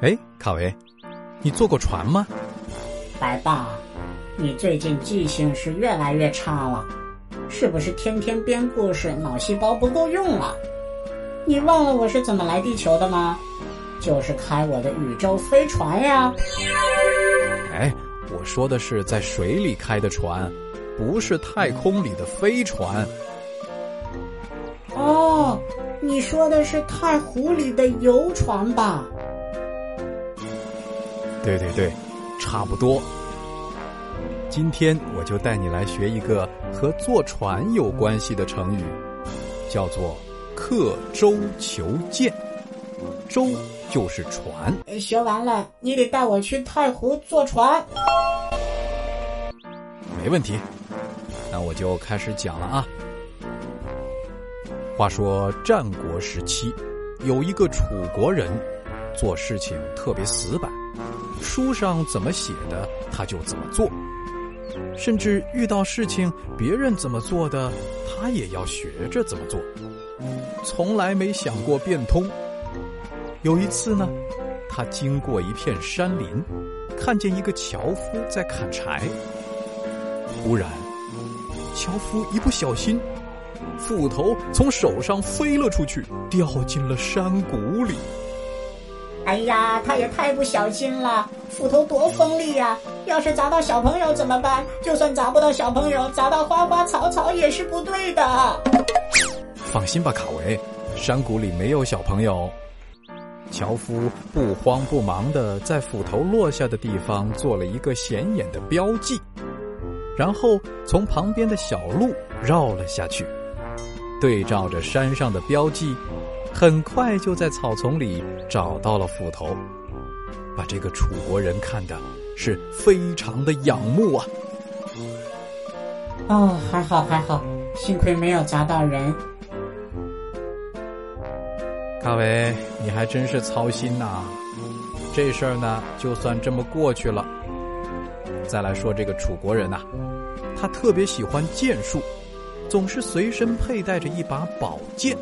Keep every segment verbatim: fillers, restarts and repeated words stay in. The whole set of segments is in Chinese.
哎，卡维，你坐过船吗？ 白爸，你最近记性是越来越差了，是不是天天编故事，脑细胞不够用了？你忘了我是怎么来地球的吗？就是开我的宇宙飞船呀。 哎，我说的是在水里开的船，不是太空里的飞船。 哦，你说的是太湖里的游船吧？ 对对对，差不多。今天我就带你来学一个和坐船有关系的成语，叫做刻舟求剑。舟就是船。 学完了，你得带我去太湖坐船。 没问题，那我就开始讲了啊。话说战国时期，有一个楚国人，做事情特别死板，书上怎么写的他就怎么做，甚至遇到事情别人怎么做的他也要学着怎么做，从来没想过变通。有一次呢，他经过一片山林，看见一个樵夫在砍柴。忽然樵夫一不小心，斧头从手上飞了出去，掉进了山谷里。 哎呀，他也太不小心了，斧头多锋利呀，要是砸到小朋友怎么办？就算砸不到小朋友，砸到花花草草也是不对的。 放心吧，卡维，山谷里没有小朋友。樵夫不慌不忙地在斧头落下的地方做了一个显眼的标记，然后从旁边的小路绕了下去，对照着山上的标记，很快就在草丛里找到了斧头，把这个楚国人看的是非常的仰慕啊。 哦，还好还好，幸亏没有砸到人。 卡维，你还真是操心呐、啊！这事儿呢，就算这么过去了。再来说这个楚国人呐、啊，他特别喜欢剑术，总是随身佩戴着一把宝剑。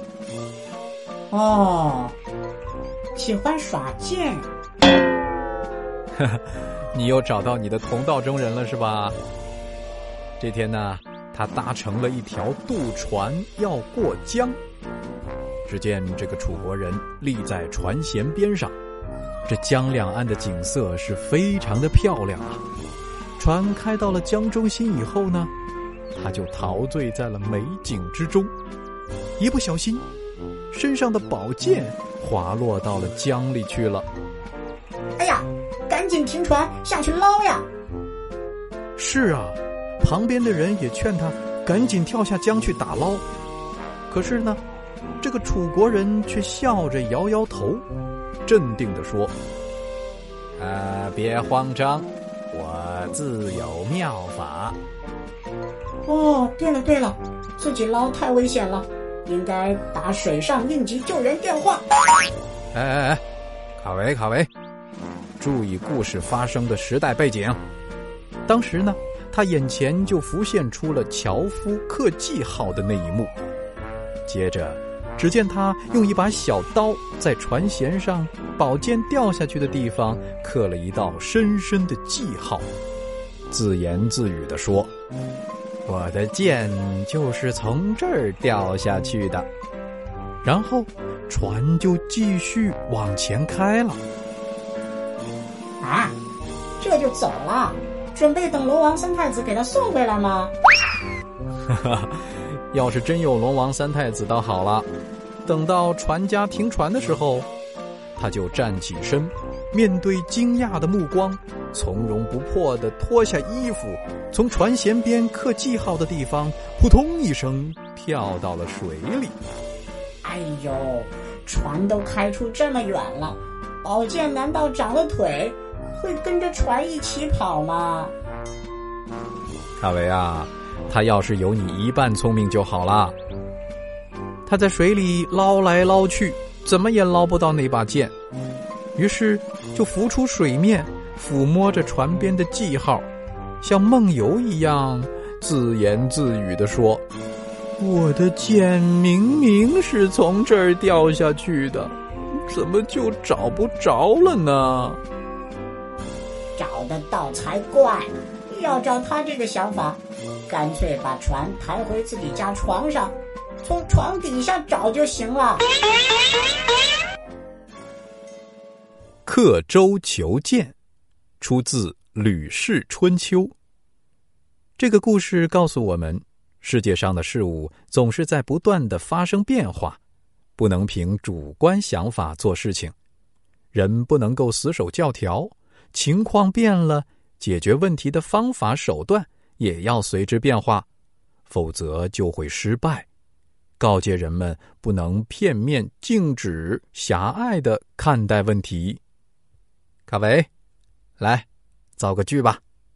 哦，喜欢耍剑。 呵呵，你又找到你的同道中人了是吧？这天呢，他搭乘了一条渡船要过江。只见这个楚国人立在船舷边上，这江两岸的景色是非常的漂亮啊。船开到了江中心以后呢，他就陶醉在了美景之中，一不小心身上的宝剑滑落到了江里去了。 哎呀，赶紧停船下去捞呀！ 是啊，旁边的人也劝他赶紧跳下江去打捞，可是呢，这个楚国人却笑着摇摇头，镇定地说：呃，别慌张，我自有妙法。 哦，对了对了，自己捞太危险了，应该打水上应急救援电话。 哎哎哎，卡维卡维，注意故事发生的时代背景。当时呢，他眼前就浮现出了樵夫刻记号的那一幕。接着只见他用一把小刀在船舷上宝剑掉下去的地方刻了一道深深的记号，自言自语地说：我的剑就是从这儿掉下去的。然后船就继续往前开了。 啊，这就走了？准备等龙王三太子给他送回来吗？ 哈哈，要是真有龙王三太子倒好了，等到船家停船的时候，他就站起身，面对惊讶的目光，从容不迫地脱下衣服，从船舷边刻记号的地方扑通一声跳到了水里。 哎呦，船都开出这么远了，宝剑难道长了腿，会跟着船一起跑吗？ 卡维啊，他要是有你一半聪明就好了。他在水里捞来捞去，怎么也捞不到那把剑，于是就浮出水面，抚摸着船边的记号，像梦游一样自言自语地说：我的剑明明是从这儿掉下去的， 怎么就找不着了呢？ 找得到才怪！要照他这个想法，干脆把船抬回自己家床上，从床底下找就行了。 刻舟求剑，出自《吕氏春秋》。这个故事告诉我们，世界上的事物总是在不断地发生变化，不能凭主观想法做事情。人不能够死守教条，情况变了，解决问题的方法手段也要随之变化，否则就会失败。告诫人们不能片面、静止、狭隘地看待问题。卡维，来，造个句吧。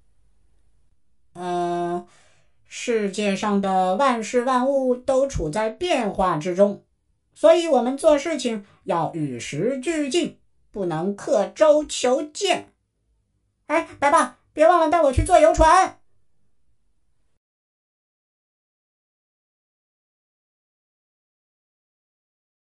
呃，世界上的万事万物都处在变化之中，所以我们做事情要与时俱进，不能刻舟求剑。哎，白爸，别忘了带我去坐游船。